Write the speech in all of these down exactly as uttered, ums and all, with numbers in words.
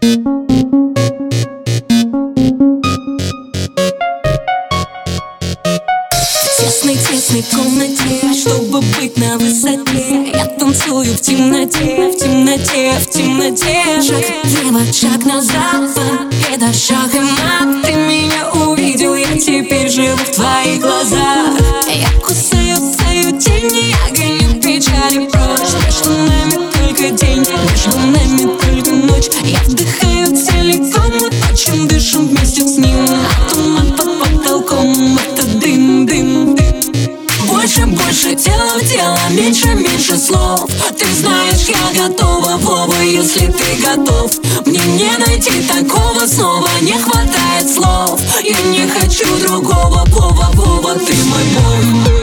тесной комнате, чтобы быть на высоте, я танцую в темноте, в темноте, в темноте. Шаг влево, шаг назад, это шаг и мат. Ты меня увидел, я теперь живу в твоих глазах. Я кусаю, кусаю тени, я гоню печали прочь. Между нами только день, между нами только ночь. Я вдыхаю целиком, мы точим, дышим вместе с ним. А туман под потолком, это дым, дым, дым. Больше, больше тела в тело, меньше, меньше слов. Ты знаешь, я готова, Вова, если ты готов. Мне не найти такого снова, не хватает слов. Я не хочу другого, Вова, Вова, ты мой бог.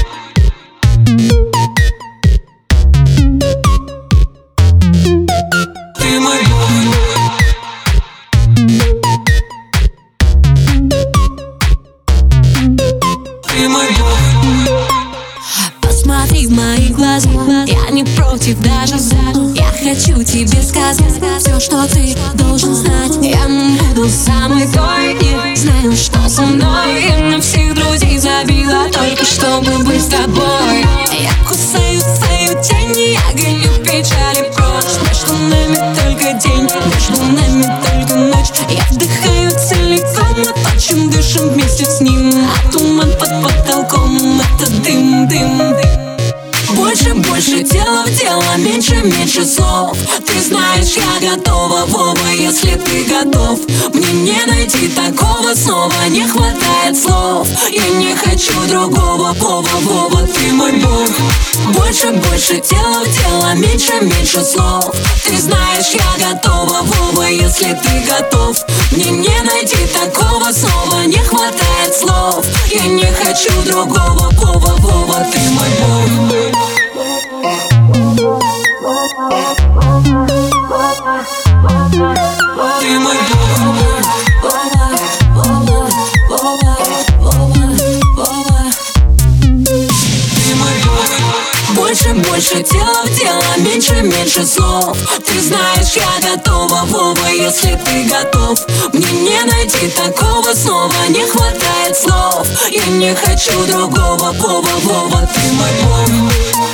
Ты мой бог. Ты мой бог. Посмотри в мои глаза, я не против даже за. Я хочу тебе сказать все, что ты должен знать. Я буду самой той, не знаю, что со мной. Я на всех друзей забила, только чтобы быть с тобой. Я кусаю твою тень, я гоню печали прочь. Между нами только день, между нами только ночь. Я вдыхаю целиком, мы точим, дышим вместе с ним. А туман под потолком, это дым, дым, дым. Больше, больше тела в тело, меньше, меньше слов. Ты знаешь, я готова, Вова, если ты готов. Мне не найти такого снова, не хватает слов. Я не хочу другого, Вова, Вова, ты мой бог. Больше, больше тела в тело, меньше, меньше слов. Ты знаешь, я готова, Вова, если ты готов. Мне не найти такого снова, не хватает слов. Я не хочу другого, Вова, Вова, ты мой бог. Ты мой бог. Ты мой бог. Больше, больше тела в тело, меньше, меньше слов. Ты знаешь, я готова, Вова, если ты готов. Мне не найти такого снова, не хватает слов. Я не хочу другого, Вова, Вова, ты мой бог.